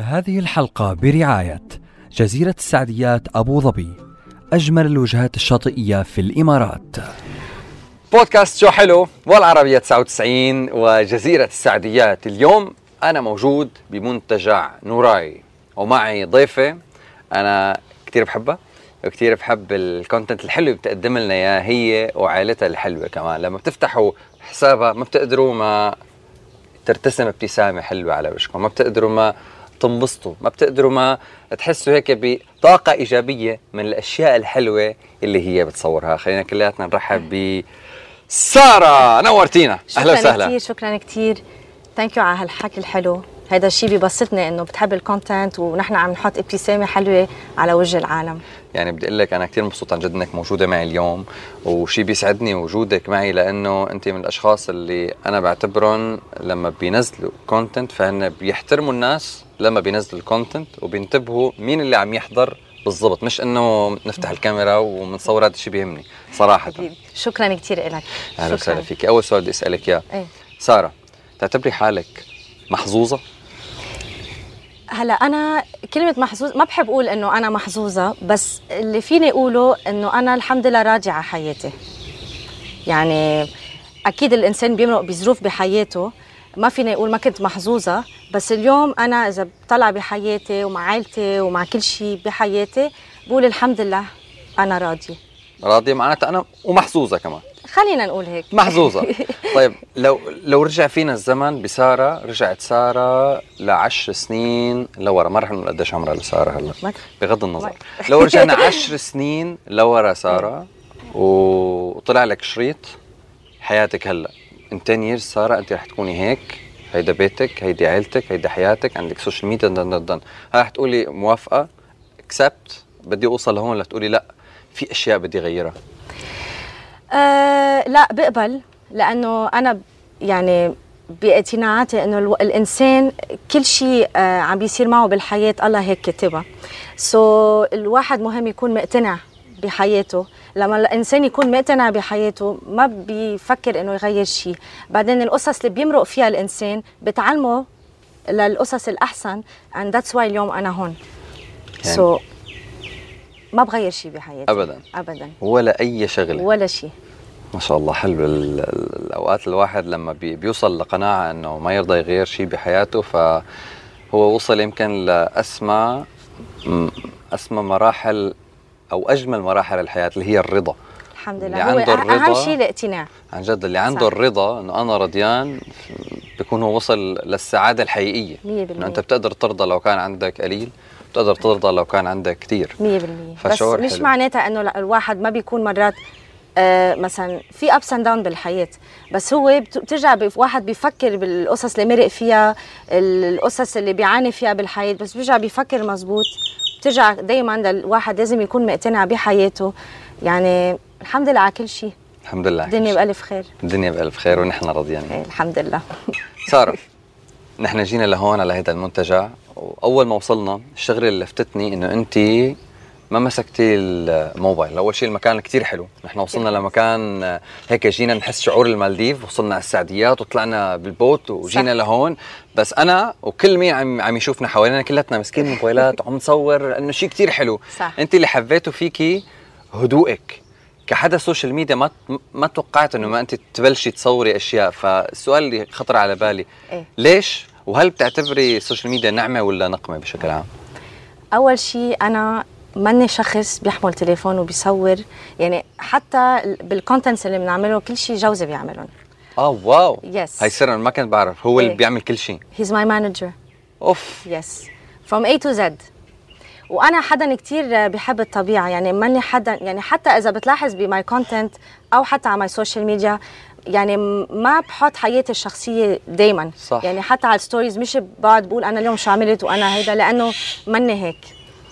هذه الحلقة برعاية جزيرة السعديات أبو ظبي، أجمل الوجهات الشاطئية في الإمارات. بودكاست شو حلو والعربية 99 وجزيرة السعديات. اليوم أنا موجود بمنتجع نوراي ومعي ضيفة أنا كتير بحبها وكتير بحب الكونتنت الحلو اللي بتقدم لنا إياه هي وعائلتها الحلوة كمان. لما بتفتحوا حسابها ما بتقدروا ما ترتسم ابتسامة حلوة على وجهكم، ما بتقدروا ما تنبسطوا، ما بتقدروا ما تحسوا هيك بطاقة إيجابية من الأشياء الحلوة اللي هي بتصورها. خلينا كلياتنا نرحب بسارة، نورتينا. أهلا وسهلا. شكرا كتير ثانك يو على هالحكي الحلو. هذا الشيء بيبسطني انه بتحب الكونتنت ونحن عم نحط ابتسامه حلوه على وجه العالم. يعني بدي اقول لك انا كثير مبسوط عن جد انك موجوده معي اليوم، وشيء بيسعدني وجودك معي لانه انت من الاشخاص اللي انا بعتبرهم لما بينزلوا كونتنت فهن بيحترموا الناس لما بينزلوا الكونتنت وبينتبهوا مين اللي عم يحضر بالضبط، مش انه نفتح الكاميرا ومنصور. هذا الشيء بيهمني صراحه. شكرا كثير لك. اهلا وسهلا فيك. اول سؤال بدي اسالك اياه ساره، تعتبري حالك محظوظه؟ هلا انا كلمه محظوظ ما بحب اقول انه انا محظوظه، بس اللي فيني اقوله انه انا الحمد لله راضيه على حياتي. يعني اكيد الانسان بيمرق بظروف بحياته، ما فيني اقول ما كنت محظوظه، بس اليوم انا اذا بطلع بحياتي ومع عائلتي ومع كل شيء بحياتي بقول الحمد لله انا راضيه معناتها انا ومحظوظه كمان. خلينا نقول هيك محظوظة. طيب لو رجع فينا الزمن بسارة، رجعت سارة ل10 سنين لورا، ما رح نقول قديش عمرها لسارة هلا بغض النظر، لو رجعنا 10 سنين لورا سارة وطلع لك شريط حياتك هلا in 10 years سارة انت رح تكوني هيك، هيدا بيتك، هيدي عائلتك، هيدا حياتك، عندك سوشيال ميديا دن رح تقولي موافقة اكسبت بدي اوصل لهون، لا تقولي لا في اشياء بدي اغيرها؟ لا بقبل، لأنه أنا يعني باقتناعاتي إنه الإنسان كل شيء عم بيصير معه بالحياة الله هيك كتبها. الواحد مهم يكون مقتنع بحياته. لما الإنسان يكون مقتنع بحياته ما بيفكر إنه يغير شيء. بعدين القصص اللي بيمرق فيها الإنسان بتعلمه للقصص الأحسن، and that's why اليوم أنا هون. يعني ما بغير شيء بحياتي ابدا ولا اي شغله ولا شيء. ما شاء الله حلو. الاوقات الواحد لما بيوصل لقناعه انه ما يرضى يغير شيء بحياته فهو وصل يمكن لاسمى مراحل او اجمل مراحل الحياه اللي هي الرضا. الحمد لله. هو اهم شيء الاقتناع عن جد. اللي عنده الرضا انه انا رضيان بيكون هو وصل للسعاده الحقيقيه. 100%. انه انت بتقدر ترضى لو كان عندك قليل، بتقدر ترضى لو كان عندك كتير. 100%. بس مش معناتها انه الواحد ما بيكون مرات مثلا في ابس اند داون بالحياه، بس هو بترجع واحد بيفكر بالقصص اللي مرق فيها، القصص اللي بيعاني فيها بالحياه، بس بيرجع بيفكر مزبوط. بترجع دائما الواحد لازم يكون مقتنع بحياته. يعني الحمد لله على كل شيء. الحمد لله. الدنيا بألف خير. الدنيا بألف خير ونحن راضيين. الحمد لله. سارة، نحن جينا لهون على هذا المنتجع، واول ما وصلنا الشغله اللي لفتتني انه انت ما مسكتي الموبايل. اول شيء المكان كتير حلو، نحن وصلنا لمكان هيك جينا نحس شعور المالديف، وصلنا على السعديات وطلعنا بالبوت وجينا لهون. بس انا وكل مين عم يشوفنا حوالينا كلاتنا ماسكين الموبايلات وعم نصور انه شيء كتير حلو. صح. انت اللي حبيته فيكي هدوءك كحدا سوشيال ميديا. ما توقعت انه ما انت تبلشي تصوري اشياء. فالسؤال اللي خطر على بالي ليش؟ وهل بتعتبري السوشيال ميديا نعمة ولا نقمة بشكل عام؟ أول شيء أنا ماني شخص بيحمل تليفون وبيصور، يعني حتى بالكونتنتس اللي بنعمله كل شيء جوزي بيعملهم. واو. يس. هاي سر ما كنت بعرف هو اللي بيعمل كل شيء. He's my manager. اوف. يس. From A to Z. وانا حدا كتير بحب الطبيعه، يعني ماني حدا، يعني حتى اذا بتلاحظ بماي كونتنت او حتى على ماي سوشيال ميديا، يعني ما بحط حياتي الشخصيه دائما. صح. يعني حتى على الستوريز مش بقعد بقول انا اليوم شو عملت وانا هيدا، لانه ماني هيك.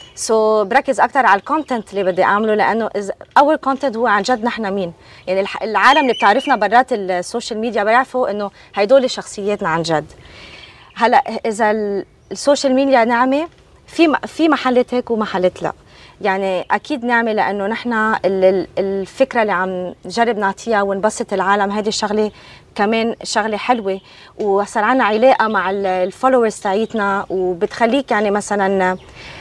بركز اكثر على الكونتنت اللي بدي اعمله، لانه اول كونتنت هو عن جد نحن مين. يعني العالم اللي بتعرفنا برات السوشيال ميديا بيعرفوا انه هيدول شخصياتنا عن جد. هلا اذا السوشيال ميديا نعمه، في محلات هيك ومحلات لا. يعني اكيد نعمه، لانه نحن الفكره اللي عم نجرب نعطيها ونبسط العالم، هذه الشغله كمان شغله حلوه، وصار عنا علاقه مع الفولورز تاعيتنا، وبتخليك يعني مثلا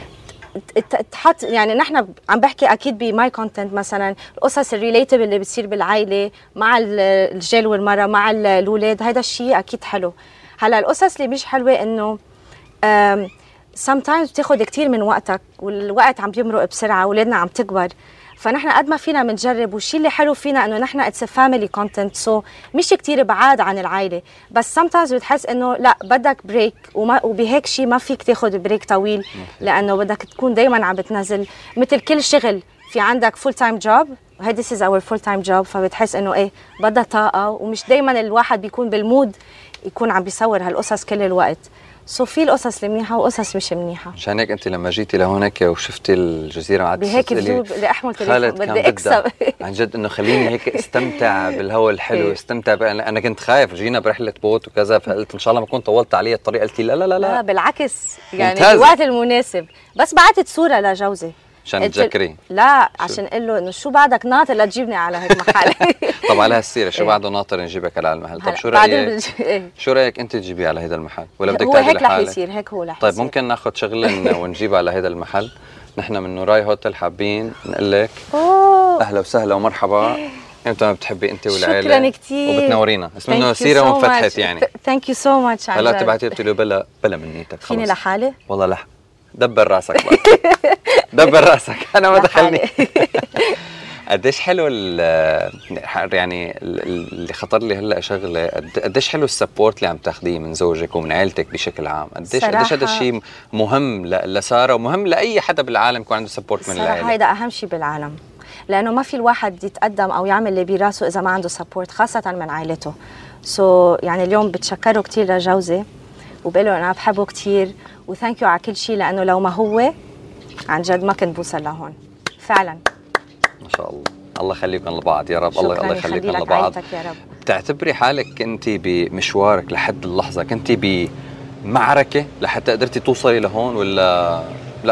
تحط، يعني نحن عم بحكي اكيد بماي كونتنت مثلا القصص الريليتبل اللي بتصير بالعائله مع الرجال والمراه مع الاولاد، هذا الشيء اكيد حلو. هلا القصص اللي مش حلوه انه sometimes بتاخذ كثير من وقتك، والوقت عم بيمرق بسرعه، اولادنا عم تكبر، فنحن قد ما فينا بنجرب. والشيء اللي حلو فينا انه نحن اتس فاميلي كونتنت، سو مش كثير بعاد عن العائله، بس sometimes بتحس انه لا بدك بريك، وبهيك شيء ما فيك تاخذ بريك طويل، لانه بدك تكون دائما عم بتنزل. مثل كل شغل في عندك فول تايم جوب، وهي this is our full time job، فبتحس انه ايه بدها طاقه، ومش دائما الواحد بيكون بالمود يكون عم بيصور هالقصص كل الوقت. سو في القصص المنيحه وقصص مش منيحه. مشان هيك انت لما جيتي لهونيك وشفتي الجزيره قعدتي بهيك بذوب بدي احمل تليفون، بدي اكسب عن جد انه خليني هيك استمتع بالهواء الحلو، استمتع انا كنت خايف، جينا برحله بوت وكذا، فقلت ان شاء الله ما كنت طولت علي الطريق، قلتي لا لا لا لا بالعكس، يعني بالوقت المناسب. بس بعثت صوره لجوزي عشان تذكريه، لا عشان اقول له انه شو بعدك ناطر لتجيبني على هيك محل. طب على هالسيره شو بعده ناطر نجيبك على المحل؟ طب شو رايك شو رايك انت تجيبيه على هيدا المحل ولا بدك تعملي هيك رح يصير، هيك هو رح طيب يصير. ممكن ناخذ شغله ونجيبها على هيدا المحل. نحن من نوراي هوتيل حابين نقول لك اهلا وسهلا ومرحبا، امتى ما بتحبي انت والعائله. شكرا كثير وبتنورينا، اسم انه سيره وانفتحت يعني. ثانك يو سو ماتش. هلا تبعتي قلت له بلا من نيتك، فيني لحالي والله لا دبر راسك بقى. دبر راسك، انا ما دخلني. قديش حلو يعني اللي خطر لي هلا شغله، قديش حلو السبورت اللي عم تاخذيه من زوجك ومن عائلتك بشكل عام، قديش هذا الشيء مهم لساره ومهم لاي حدا بالعالم يكون عنده سبورت من العائله. صراحه هيدا اهم شيء بالعالم، لانه ما في الواحد يتقدم او يعمل اللي براسه اذا ما عنده سبورت، خاصه من عائلته. يعني اليوم بتشكره كثير لجوزي، وبقول له انا بحبه كثير وثانك يو على كل شيء، لانه لو ما هو عن جد ما كنت بوصل لهون فعلا. ما شاء الله، الله يخليكم لبعض يا رب. الله يخليكم لبعض يا رب. بتعتبري حالك انت بمشوارك لحد اللحظه كنتي بمعركه لحتى قدرتي توصلي لهون، ولا لا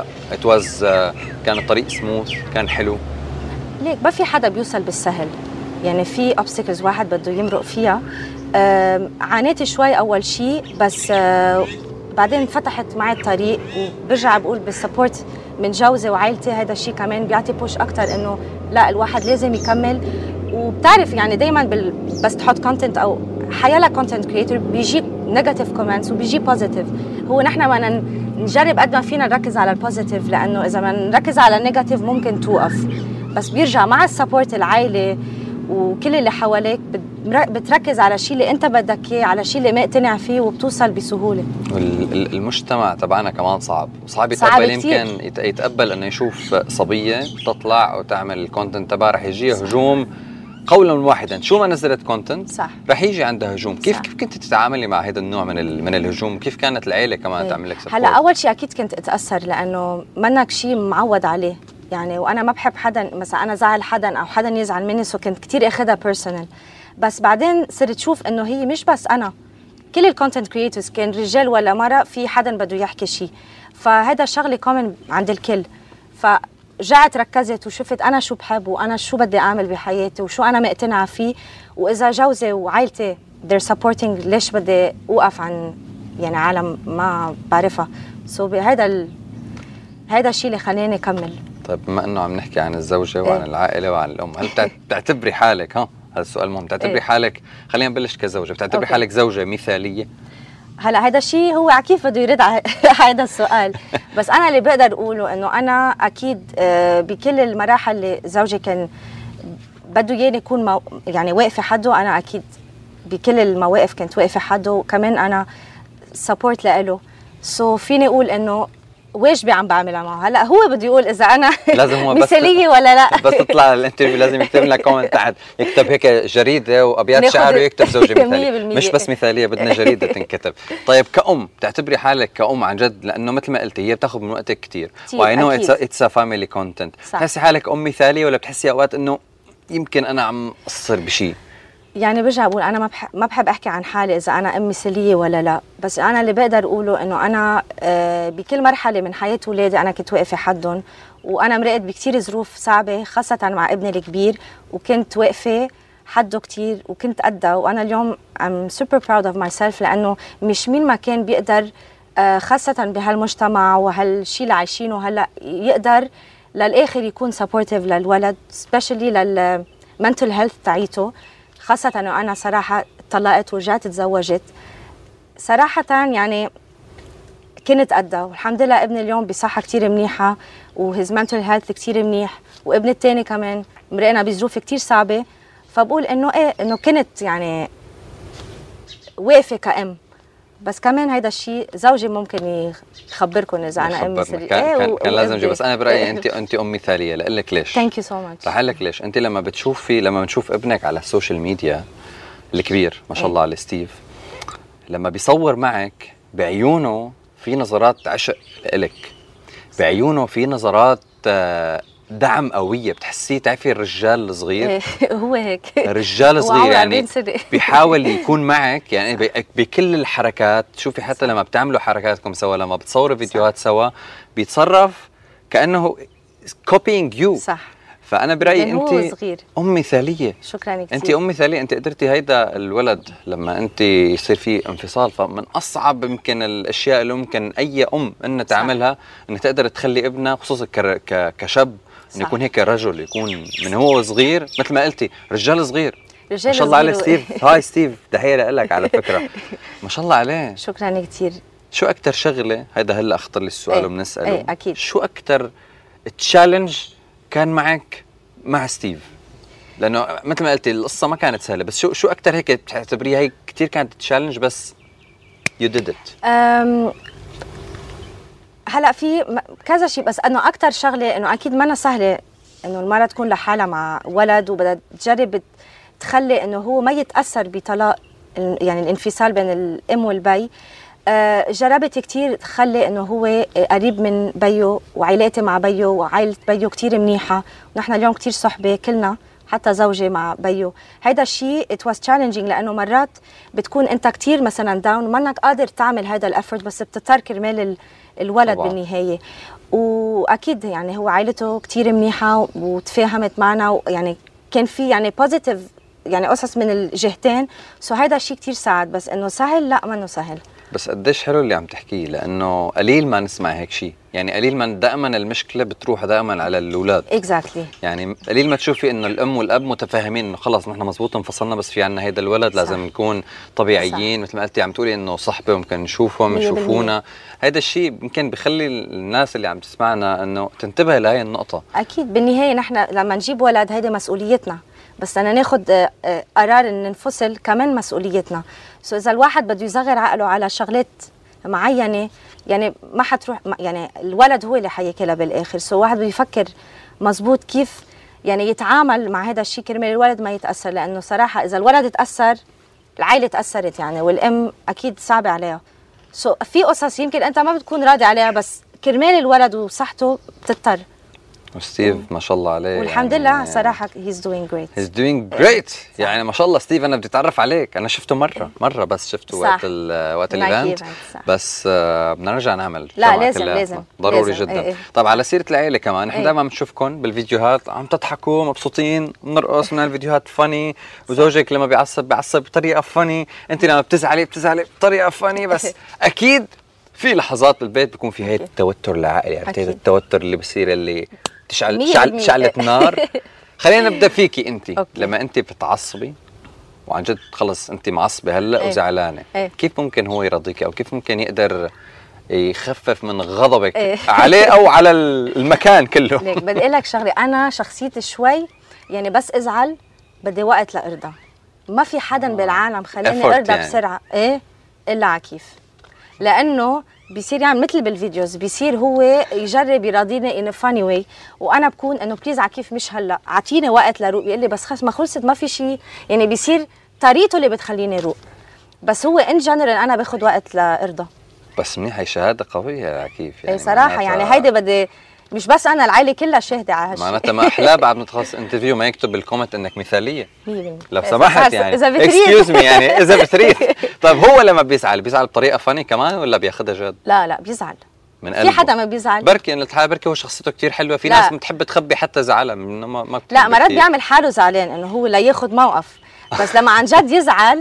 كان الطريق سموث، كان حلو؟ ليك ما في حدا بيوصل بالسهل، يعني في obstacles واحد بده يمرق فيها. عانيت شوي اول شيء، بس بعدين فتحت معي الطريق، وبرجع بقول بالسبورت من جوزي وعائلتي هذا الشيء كمان بيعطي بوش اكثر، انه لا الواحد لازم يكمل. وبتعرف يعني دائما بس تحط كونتنت او حيلا كونتنت كريتور بيجيك نيجاتيف كومنتس وبيجي بوزيتيف. هو نحن بدنا نجرب قد ما فينا نركز على البوزيتيف، لانه اذا ما نركز على النيجاتيف ممكن توقف، بس بيرجع مع السبورت العائله وكل اللي حواليك بتركز على الشيء اللي انت بدك اياه، على الشيء اللي مقتنع فيه، وبتوصل بسهوله. المجتمع تبعنا كمان صعب يتقبل، يمكن يتقبل انه يشوف صبيه تطلع وتعمل الكونتنت تبعها رح يجيها هجوم قولا واحدا، شو ما نزلت كونتنت رح يجي عندها هجوم. كيف كنت تتعاملي مع هذا النوع من الهجوم؟ كيف كانت العيله كمان تعمل لك سبورت؟ هلا اول شيء اكيد كنت اتاثر، لانه منك شيء معود عليه يعني، وانا ما بحب حدا مثلا انا زعل حدا او حدا يزعل مني، سو كنت كثير اخذها بيرسونال. بس بعدين صرت شوف انه هي مش بس انا، كل الكونتنت كريتورز كان رجال ولا مرأة، في حدا بده يحكي شيء، فهذا الشغله كومن عند الكل. فرجعت ركزت وشفت انا شو بحب وانا شو بدي اعمل بحياتي وشو انا مقتنعه فيه، واذا جوزي وعائلتي they're supporting ليش بدي اوقف عن يعني عالم ما بعرفها. هذا الشيء اللي خلاني اكمل. طيب بما انه عم نحكي عن الزوجه وعن العائله وعن الام، هل بتعتبري حالك هذا السؤال مهم، بتعتبري حالك، خلينا نبلش كزوجه، بتعتبري حالك زوجه مثاليه؟ هلا هذا الشيء هو كيف بده يرد على هذا السؤال، بس انا اللي بقدر اقوله انه انا اكيد بكل المراحل اللي زوجي كان بده ياني يكون يعني واقفه حده، انا اكيد بكل المواقف كنت واقفه حده، وكمان انا سبورت له. فيني اقول انه واجبي عم بعملها معه. هلا هو بده يقول اذا انا لازم هو مثاليه ولا لا. بس تطلع الانترفيو لازم يكتب لنا كومنت تحت، يكتب هيك جريده وابيات شعر ويكتب زوجي مثاليه. مش بس مثاليه، بدنا جريده تنكتب. طيب كأم بتعتبري حالك كأم عن جد، لانه مثل ما قلتي هي بتاخذ من وقتك كثير، واي نو اتس ا فاميلي كونتنت، بتحسي حالك ام مثاليه ولا بتحسي اوقات انه يمكن انا عم اقصر بشيء؟ يعني برجع بقول انا ما بحب احكي عن حالي اذا انا ام مثاليه ولا لا، بس انا اللي بقدر اقوله انه انا بكل مرحله من حياه اولادي انا كنت واقفه حدهم، وانا مرقت بكثير ظروف صعبه خاصه مع ابني الكبير، وكنت واقفه حده كتير وكنت قدها. وانا اليوم I'm super proud of myself لانه مش مين ما كان بيقدر خاصة بهالمجتمع وهالشي اللي عايشينه هلا يقدر للاخر يكون supportive للولد especially للمنتل هيلث تاعيته. خاصة انه انا صراحة طلقت ورجعت تزوجت صراحة يعني كنت قدها، والحمد لله ابني اليوم بصحة كتير منيحة وهيز منتل هيلث كتير منيح، وابني الثاني كمان مرقنا بظروف كتير صعبة. فبقول انه ايه انه كنت يعني واقفة كأم. بس كمان هيدا الشيء زوجي ممكن يخبركم اذا انا ام مثاليه. كان لازم اجي، بس انا برايي انت ام مثاليه. لاقول لك ليش؟ ثانك يو سو ماتش. رح لك ليش. انت لما بنشوف ابنك على السوشيال ميديا الكبير ما شاء الله على ستيف، لما بيصور معك بعيونه في نظرات عشق لك، بعيونه في نظرات دعم قويه، بتحسيه تعرفي الرجال الصغير هو هيك الرجال الصغير يعني بيحاول يكون معك يعني بكل الحركات. شوفي حتى لما بتعملوا حركاتكم سوا، لما بتصوروا فيديوهات سوا، بيتصرف كأنه copying you. صح. فأنا برأيي أنت أم مثالية. شكرا كثير. أنت أم مثالية. أنت قدرتي هيدا الولد لما أنت يصير فيه انفصال، فمن أصعب يمكن الأشياء اللي ممكن أي أم إنها تعملها إنها تقدر تخلي ابنها خصوصا كشاب إنه يكون هيك رجل، يكون من هو صغير مثل ما قلتي رجال صغير. ما شاء الله عليه ستيف. هاي ستيف، تحية لك على فكرة. ما شاء الله عليه. شكرا كثير. شو أكتر شغلة، هيدا هلا أخطر لي السؤال وبنسأله. ايه أكيد. شو أكتر تشالنج كان معك مع ستيف؟ لأنه مثل ما قلتي القصة ما كانت سهلة، بس شو أكتر هيك بتعتبريها هي كتير كانت تشالنج بس you did it؟ هلا في كذا شيء، بس انه اكثر شغله انه اكيد ما سهله انه المراه تكون لحالها مع ولد وبدها تجرب تخلي انه هو ما يتاثر بطلاق يعني الانفصال بين الام والبي. جربت كتير تخلي انه هو قريب من بيو، وعائلتي مع بيو وعائله بيو كتير منيحه، ونحن اليوم كتير صحبه كلنا، حتى زوجي مع بيو. هيدا الشيء it was challenging لانه مرات بتكون انت كتير مثلا داون ومنك قادر تعمل هذا الافورت، بس بتضطر كرمال الولد طبعا. بالنهايه. واكيد يعني هو عائلته كتير منيحه وتفاهمت معنا، يعني كان في يعني بوزيتيف يعني قصص من الجهتين. سو هيدا الشيء كتير ساعد، بس انه سهل لا منه سهل. بس قديش حلو اللي عم تحكيه، لانه قليل ما نسمع هيك شيء، يعني قليل ما دائما المشكله بتروح دائما على الاولاد. اكزاكتلي. يعني قليل ما تشوفي انه الام والاب متفاهمين انه خلص نحن مزبوط انفصلنا، بس في عنا هيدا الولد صح. لازم نكون طبيعيين. صح. مثل ما قلتي عم تقولي انه صحبه ممكن نشوفهم يشوفونا. هيدا الشيء يمكن بخلي الناس اللي عم تسمعنا انه تنتبه لهي النقطه. اكيد بالنهايه نحن لما نجيب ولد هيدا مسؤوليتنا، بس أنا ناخد قرار إن ننفصل كمان مسؤوليتنا. سو إذا الواحد بده يصغر عقله على شغلات معينة يعني ما حتروح، يعني الولد هو اللي حياكلها بالآخر. سو واحد بده يفكر مزبوط كيف يعني يتعامل مع هذا الشيء كرمال الولد ما يتأثر، لأنه صراحة إذا الولد تأثر العائلة تأثرت يعني، والأم أكيد صعبة عليها. سو في قصص يمكن أنت ما بتكون راضي عليها، بس كرمال الولد وصحته بتضطر. وستيف ما شاء الله عليه والحمد يعني لله صراحة he's doing great. he's doing great. يعني ما شاء الله ستيف، أنا بدي أتعرف عليك. أنا شفته مرة بس شفته وقت الإيفنت، بس بدنا نرجع نعمل. لا لازم ضروري لازم. جدا. طب على سيرة العائلة كمان، نحن دائما بنشوفكم بالفيديوهات عم تضحكوا مبسوطين، بنرقص من الفيديوهات فاني، وزوجك لما بيعصب بطريقة فاني، أنت لما بتزعلي بطريقة فاني. بس أكيد في لحظات بالبيت بيكون في هيك التوتر العائلي، عرفتي التوتر اللي بصير اللي شعلت نار. خلينا نبدا فيكي انت. لما انت بتعصبي وعن جد خلص انت معصبه هلا وزعلانه، كيف ممكن هو يرضيكي، او كيف ممكن يقدر يخفف من غضبك عليه او على المكان كله؟ ليك بدي اقول لك شغله، انا شخصيتي شوي يعني بس ازعل بدي وقت لارضى. ما في حدا بالعالم خلاني ارضى يعني بسرعه الا عكيف، لانه بيصير يعني مثل بالفيديوز بيصير هو يجرب يراضيني ان فاني واي، وانا بكون انه بليز عكيف مش هلا، اعطيني وقت لروق. بيقول لي بس خلص ما خلصت ما في شيء، يعني بيصير طريقته اللي بتخليني روق، بس هو ان جنرال انا باخذ وقت لارضى. بس منيح، هي شهاده قويه يا عكيف يعني. صراحه يعني هيدي بدي مش بس انا، العائله كلها شاهده على هالشيء. معناتها ما احلاه بعد ما تخلص انترفيو ما يكتب بالكومنت انك مثاليه لو إيه سمحت يعني اكسكيوز مي يعني اذا بتريد. طيب هو لما بيزعل بطريقه فاني كمان ولا بياخذها جد؟ لا بيزعل من قلبه. في حدا ما بيزعل؟ بركي انه الحالة بركي هو شخصيته كتير حلوه، في ناس بتحب تخبي حتى زعلها انه ما بتحب. لا مرات بيعمل حاله زعلان انه هو لا ياخذ موقف، بس لما عن جد يزعل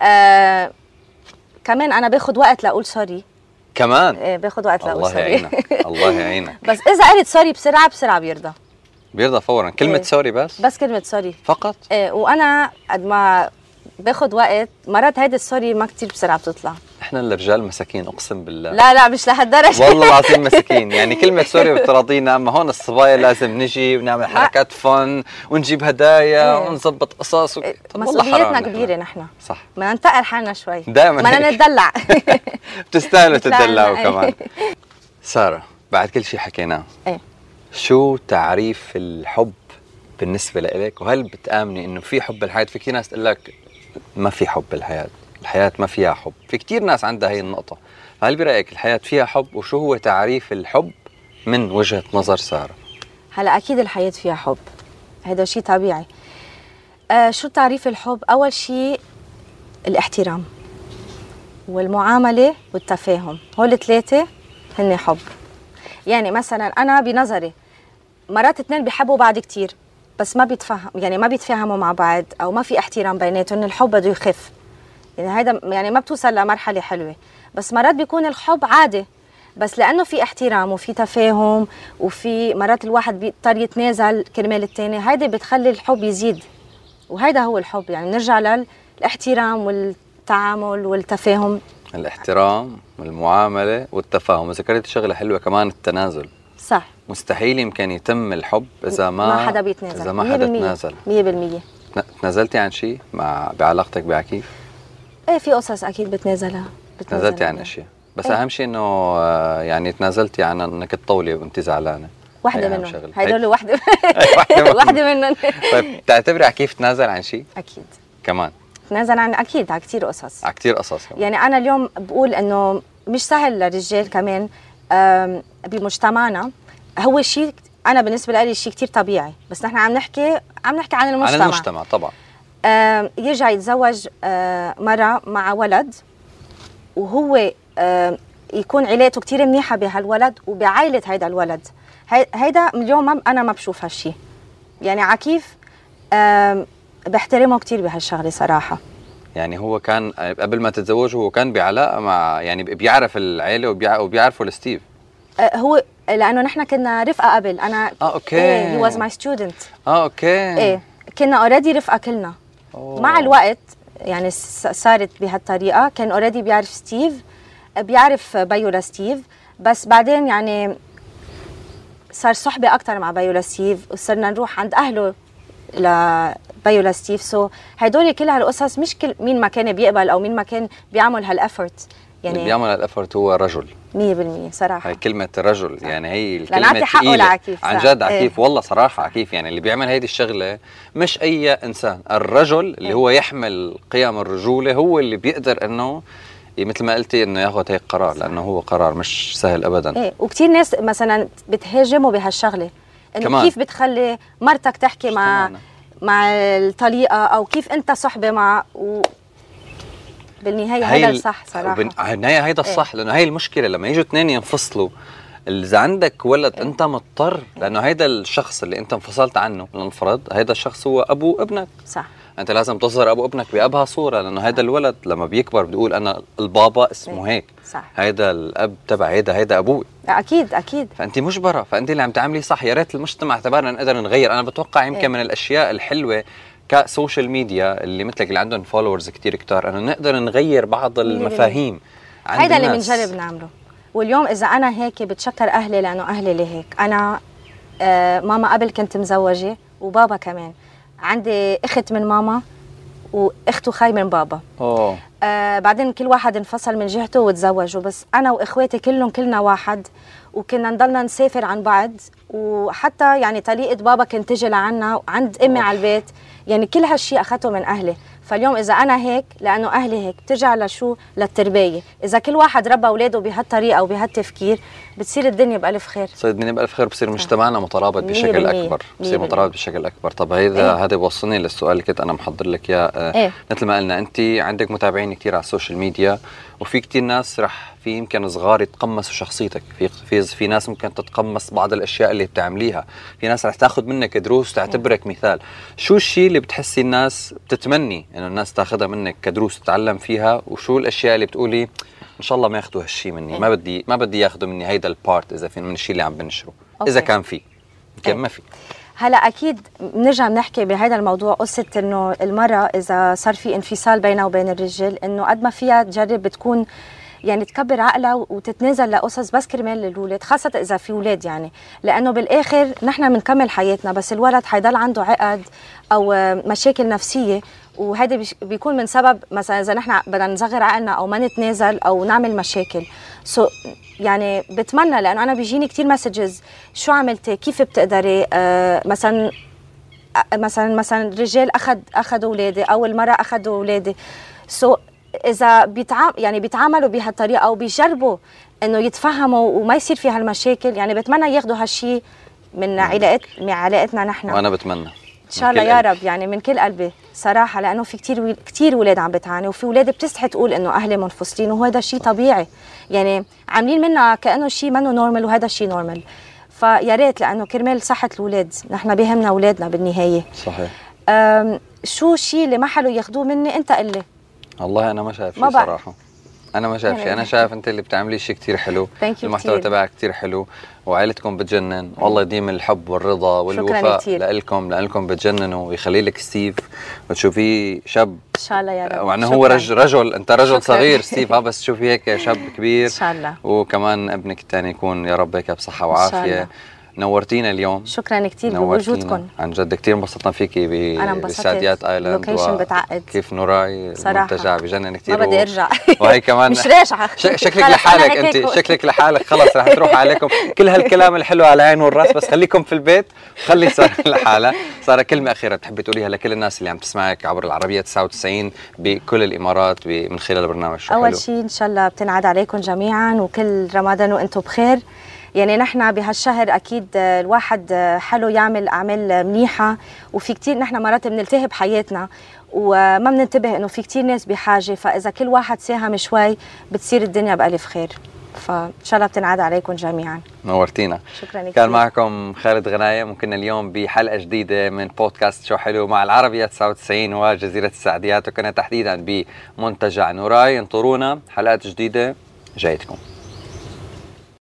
كمان انا باخذ وقت لاقول سوري كمان. ايه باخذ وقت لاقول الله سوري. يعينك الله يعينك. بس اذا قلت سوري بسرعه بيرضى فورا كلمه إيه. سوري بس كلمه سوري فقط. ايه وانا قد ما باخذ وقت مرات هيدي السوري ما كتير بسرعه بتطلع. احنا الرجال مساكين اقسم بالله. لا مش لهالدرجه والله العظيم مساكين. يعني كلمه سوري بتراضينا، اما هون الصبايا لازم نجي ونعمل حركات فن ونجيب هدايا ونظبط قصص مسؤولياتنا كبيره نحن. صح بدنا ننتقل حالنا شوي دائما بدنا نتدلع. بتستاهلوا تدلعوا كمان. سارة بعد كل شيء حكيناه شو تعريف الحب بالنسبة لإلك؟ وهل بتآمني إنه في حب بالحياة؟ في كثير ناس تقول لك ما في حب بالحياة، الحياة ما فيها حب، في كتير ناس عندها هي النقطة، فهل برأيك الحياة فيها حب؟ وشو هو تعريف الحب من وجهة نظر سارة؟ هلا أكيد الحياة فيها حب، هذا شيء طبيعي. شو تعريف الحب؟ أول شيء الاحترام والمعاملة والتفاهم، هول الثلاثة هن حب. يعني مثلا أنا بنظري مرات اثنين بيحبوا بعض كتير بس ما بيتفهم، يعني ما بيتفاهموا مع بعض أو ما في احترام بيناتهم، الحب بده يخف. يعني هيدا يعني ما بتوصل لمرحلة حلوة. بس مرات بيكون الحب عادي بس لأنه في احترام وفي تفاهم وفي مرات الواحد بيضطر يتنازل كرمال التاني، هيدا بتخلي الحب يزيد. وهيدا هو الحب، يعني نرجع للاحترام والتعامل والتفاهم. الاحترام والمعاملة والتفاهم. ذكرت شغلة حلوة كمان، التنازل. صح. مستحيل يمكن يتم الحب إذا ما حدا بيتنازل، إذا ما حدا تنازل 100%. تنازلتي عن شيء بعلاقتك بعكيف؟ ايه في قصص اكيد بتنازلها. تنازلتي عن اشياء بس اهم شيء انه يعني تنازلتي عن انك تطولي وانت زعلانه. واحده منهم هدول وحده منهم. طيب بتعتبري عكيف تنازل عن شيء؟ اكيد كمان تنازل عن اكيد على كثير قصص. على كثير قصص يعني انا اليوم بقول انه مش سهل للرجال كمان بمجتمعنا. هو شيء انا بالنسبه لي شيء كثير طبيعي، بس نحن عم نحكي عن المجتمع. عن المجتمع طبعا. يرجع يتزوج مرة مع ولد وهو يكون علاقته كتير منيحة بهالولد وبعائلة هيدا الولد. هيدا اليوم أنا ما بشوف هالشي. يعني عكيف بحترمه كتير بهالشغلة صراحة. يعني هو كان قبل ما تتزوجوا هو كان بعلاقة مع، يعني بيعرف العائلة وبيعرفوا الستيف؟ هو لأنه نحن كنا رفقة قبل. أنا أوكي. he was my student. أوكي. إيه كنا اوريدي رفقة كلنا. مع الوقت يعني صارت بهالطريقة. كان اوريدي بيعرف ستيف، بيعرف بيو لستيف، بس بعدين يعني صار صحبة أكتر مع بيو لستيف وصرنا نروح عند أهله لبيو لستيف. سو هدول كل هالقصص مش كل مين ما كان بيقبل أو مين ما كان بيعمل هالأفورت. يعني اللي بيعمل هالأفورت هو رجل 100% صراحة. هي كلمة رجل يعني هي الكلمة نعطي حقه لعكيف عن جد. عكيف والله صراحة عكيف. يعني اللي بيعمل هيدي الشغلة مش أي إنسان، الرجل اللي هو يحمل قيم الرجولة هو اللي بيقدر إنه مثل ما قلتي إنه ياخذ هيك قرار، لأنه هو قرار مش سهل أبدا. وكتير ناس مثلا بتهاجموا بهالشغلة إنه كيف بتخلي مرتك تحكي مع الطليقة أو كيف أنت صحبة مع بالنهاية هذا الصح صراحة. بالنهاية هيدا الصح. لأنه هي المشكلة لما يجوا اثنين ينفصلوا. إذا عندك ولد أنت مضطر، لأنه هيدا الشخص اللي أنت انفصلت عنه لنفرض هيدا الشخص هو أبو ابنك. صح. أنت لازم تظهر أبو ابنك بأبهى صورة، لأنه هيدا الولد لما بيكبر بيقول أنا البابا اسمه هيك. صح. هيدا الأب تبع هيدا أبوي. أكيد. فأنت مجبرة، فأنت اللي عم تعملي صح. يا ريت المجتمع تبعنا نقدر نغير. أنا بتوقع يمكن من الأشياء الحلوة كسوشيال ميديا اللي مثلك اللي عندهم فولورز كتير كتار، أنه نقدر نغير بعض المفاهيم عند هيدا الناس. اللي بنجرب نعمله. واليوم إذا أنا هيك بتشكر أهلي لأنه أهلي اللي هيك. أنا ماما قبل كنت مزوجة وبابا كمان. عندي أخت من ماما وأخته خاي من بابا. بعدين كل واحد انفصل من جهته وتزوجوا، بس أنا وإخواتي كلنا واحد. وكنا نضلنا نسافر عن بعض، وحتى يعني طليقة بابا كنت تجي لعنا عند أمي على البيت. يعني كل هالشي أخذته من أهلي. فاليوم إذا أنا هيك لأنه أهلي هيك بترجع لشو؟ للتربية. إذا كل واحد ربى أولاده بهالطريقة وبهالتفكير بتصير الدنيا بألف خير. بتصير الدنيا بألف خير، بصير مجتمعنا مترابط بشكل أكبر. بصير مترابط بشكل أكبر. طب هذا بوصلني للسؤال اللي كنت أنا محضر لك إياه. مثل ما قلنا أنت عندك متابعين كتير على السوشيال ميديا وفي كتير ناس رح في يمكن صغار يتقمصوا شخصيتك، في ناس ممكن تتقمص بعض الاشياء اللي بتعمليها، في ناس رح تاخذ منك دروس تعتبرك مثال. شو الشيء اللي بتحسي الناس بتتمني انه الناس تاخذها منك كدروس تتعلم فيها، وشو الاشياء اللي بتقولي ان شاء الله ما ياخذوا هالشيء مني، ما بدي ياخذوا مني هيدا البارت اذا في من الشيء اللي عم بنشره، اذا كان في يمكن ما في. هلا اكيد بنرجع بنحكي بهذا الموضوع قصه انه المراه اذا صار في انفصال بينها وبين الرجال، انه قد ما فيها تجرب بتكون يعني تكبر عقلها وتتنازل لقصص بس كرمال الأولاد، خاصة إذا في أولاد يعني، لأنه بالآخر نحن بنكمل حياتنا، بس الولد حيضل عنده عقد أو مشاكل نفسية، وهذا بيكون من سبب مثلا إذا نحن بدنا نصغر عقلنا أو ما نتنازل أو نعمل مشاكل. يعني بتمنى، لأنه أنا بيجيني كتير مسجز، شو عملتي؟ كيف بتقدري؟ مثلا الرجال أخذوا أولادي أو المرأة أخذوا أولادي. إذا بيتعاملوا بهالطريقة أو بيجربوا إنه يتفهموا وما يصير في هالمشاكل، يعني بتمنى ياخدوا هالشيء من علاقتنا نحن. وأنا بتمنى إن شاء الله يا رب، يعني من كل قلبي صراحة، لأنه في كتير ولاد عم بتعاني، وفي ولاد بتستحي تقول إنه أهلي منفصلين، وهذا شيء طبيعي، يعني عاملين منا كأنه شيء منه نورمال، وهذا شيء نورمال. فيا ريت، لأنه كرمال صحة الولاد، نحن بيهمنا أولادنا بالنهاية. صحيح. شو الشيء اللي ما حلو ياخدوه مني؟ أنت قل لي. والله أنا ما شايف شيء صراحة، أنا ما شايف شيء، أنا شايف أنت اللي بتعملي شيء كتير حلو، المحتوى تبعك كتير حلو، وعائلتكم بتجنن، والله يديم الحب والرضا والوفاء لألكم بتجننوا، ويخلي لك ستيف وتشوفيه شاب إن شاء الله يا رب، وعنه هو رجل أنت رجل صغير ستيف، بس شوفي هيك شاب كبير إن شاء الله، وكمان ابنك الثاني يكون يا رب هيك بصحة وعافية. نورتينا اليوم، شكرا كثير بوجودكم، عن جد كثير انبسطنا فيكي بسعديات ايلاند. لوكيشن بتعقد كيف نوراي المنتجع بجنن كثير، ما بدي ارجع وهي كمان مش راجعه شكلك لحالك، انت شكلك لحالك خلص رح تروح عليكم كل هالكلام الحلو على العين والراس، بس خليكم في البيت وخلي سارة لحالها. سارة، كلمه اخيره بتحبي تقوليها لكل الناس اللي عم تسمعك عبر العربيه 99 بكل الامارات من خلال البرنامج؟ شو اول شيء ان شاء الله بتنعاد عليكم جميعا وكل رمضان وانتم بخير. يعني نحن بهالشهر اكيد الواحد حلو يعمل اعمال منيحه، وفي كتير نحن مرات بنلتهي بحياتنا وما بننتبه انه في كتير ناس بحاجه، فاذا كل واحد ساهم شوي بتصير الدنيا بألف خير. فان شاء الله بتنعاد عليكم جميعا. نورتينا. شكرا كثير. كان معكم خالد غنايم، وكنا اليوم بحلقه جديده من بودكاست شو حلو مع العربيه 99 وجزيره السعديات، وكنا تحديدا بمنتجع نوراي. انطرونا حلقات جديده جايتكم.